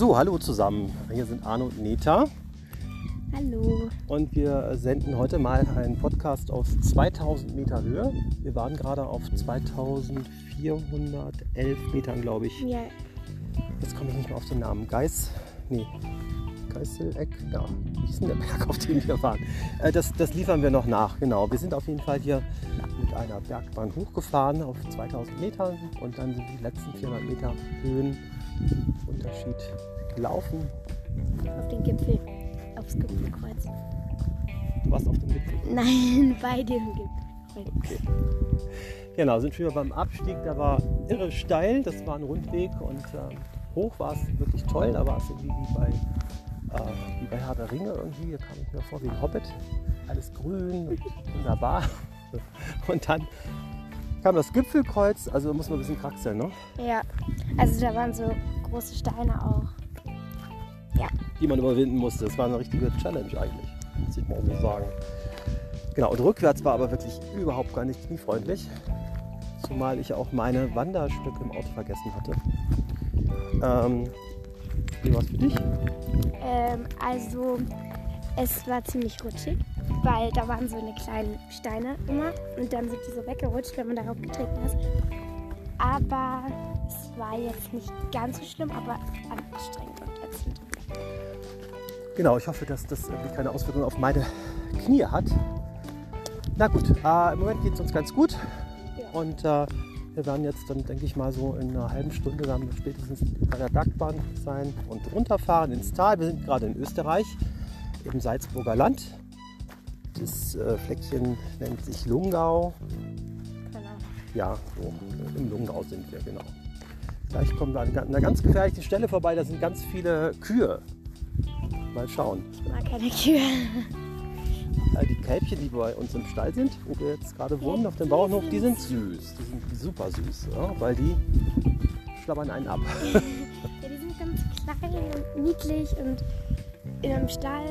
So, hallo zusammen. Hier sind Arno und Neta. Hallo. Und wir senden heute mal einen Podcast auf 2000 Meter Höhe. Wir waren gerade auf 2411 Metern, glaube ich. Ja. Jetzt komme ich nicht mehr auf den Namen. Geißeleck, ja. Wie ist denn der Berg, auf dem wir waren? Das liefern wir noch nach, genau. Wir sind auf jeden Fall hier mit einer Bergbahn hochgefahren auf 2000 Metern und dann sind die letzten 400 Meter Höhenunterschied gelaufen. Auf den Gipfel. Aufs Gipfelkreuz. Du warst auf dem Gipfel? Nein, bei dem Gipfelkreuz. Okay. Genau, sind wir beim Abstieg. Der war irre steil. Das war ein Rundweg und hoch war es wirklich toll. Da war es irgendwie wie bei Herr der Ringe irgendwie. Hier kam ich mir vor wie ein Hobbit. Alles grün und wunderbar. Und dann kam das Gipfelkreuz. Also muss man ein bisschen kraxeln, ne? Ja, also da waren so große Steine auch. Ja. Die man überwinden musste. Das war eine richtige Challenge eigentlich, muss ich mal so sagen. Genau, und rückwärts war aber wirklich überhaupt gar nicht kniefreundlich. Zumal ich auch meine Wanderstöcke im Auto vergessen hatte. Wie war es für dich? Also es war ziemlich rutschig, weil da waren so eine kleinen Steine immer und dann sind die so weggerutscht, wenn man darauf getreten ist. Aber es war jetzt nicht ganz so schlimm, aber anstrengend und ätzend. Genau, ich hoffe, dass das irgendwie keine Auswirkungen auf meine Knie hat. Na gut, im Moment geht es uns ganz gut. Ja. Und wir werden jetzt dann, denke ich mal, so in einer halben Stunde dann spätestens bei der Bergbahn sein und runterfahren ins Tal. Wir sind gerade in Österreich, im Salzburger Land. Das Fleckchen nennt sich Lungau. Genau. Ja, so im Lungau sind wir, genau. Gleich kommen wir an einer ganz gefährlichen Stelle vorbei, da sind ganz viele Kühe. Mal schauen. Ich mag keine Kühe. Die Kälbchen, die bei uns im Stall sind, wo wir jetzt gerade wohnen, auf dem Bauernhof, die sind süß. Die sind super süß, ja, weil die schlabbern einen ab. Ja, die sind ganz klein und niedlich und in einem Stall.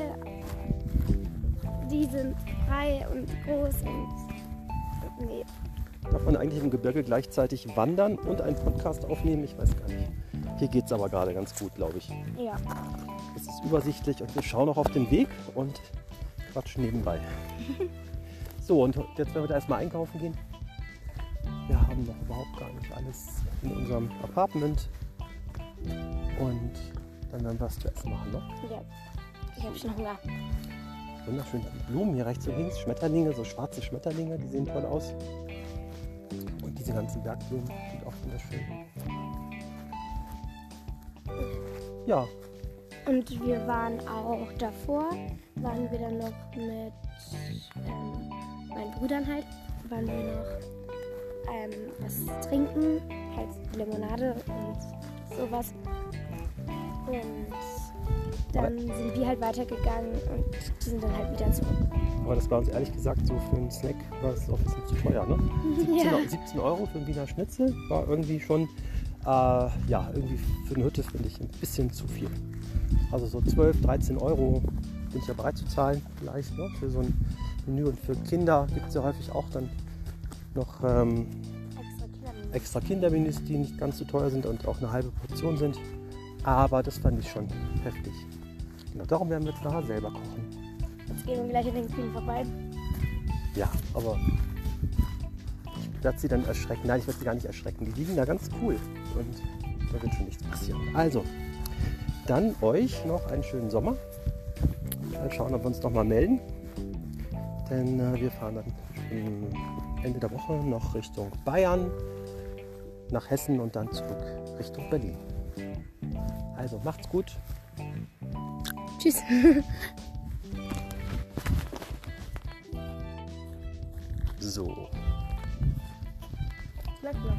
Die sind frei und groß und nee. Darf man eigentlich im Gebirge gleichzeitig wandern und einen Podcast aufnehmen? Ich weiß gar nicht. Hier geht es aber gerade ganz gut, glaube ich. Ja. Es ist übersichtlich und wir schauen auch auf den Weg und quatschen nebenbei. So, und jetzt werden wir da erstmal einkaufen gehen. Wir haben noch überhaupt gar nicht alles in unserem Apartment. Und dann werden wir was zu essen machen, ne? Ja. Ich habe schon Hunger. Wunderschön. Die Blumen hier rechts und links, Schmetterlinge, so schwarze Schmetterlinge, die sehen toll aus. Und diese ganzen Bergblumen sind auch wunderschön. Ja, Und wir waren auch davor, waren wir dann noch mit meinen Brüdern halt, waren wir noch was trinken, halt Limonade und sowas. Und dann sind wir halt weitergegangen und die sind dann halt wieder zurück. aber das war uns ehrlich gesagt so für einen Snack war es auch ein bisschen zu teuer, ne? 17 Euro für einen Wiener Schnitzel war irgendwie schon, irgendwie für eine Hütte finde ich ein bisschen zu viel. Also so 12, 13 Euro bin ich ja bereit zu zahlen vielleicht, ne? Für so ein Menü. Und für Kinder gibt es ja häufig auch dann noch extra Kindermenüs, die nicht ganz so teuer sind und auch eine halbe Portion sind. Aber das fand ich schon heftig. Genau, darum werden wir jetzt nachher selber kochen. Jetzt gehen wir gleich an den Kühen vorbei. Ja, aber ich werde sie dann erschrecken. Nein, ich werde sie gar nicht erschrecken. Die liegen da ganz cool und da wird schon nichts passieren. Also, dann euch noch einen schönen Sommer. Mal schauen, ob wir uns noch mal melden. Denn wir fahren dann Ende der Woche noch Richtung Bayern, nach Hessen und dann zurück Richtung Berlin. Also, macht's gut. Tschüss. So. Bleibt noch.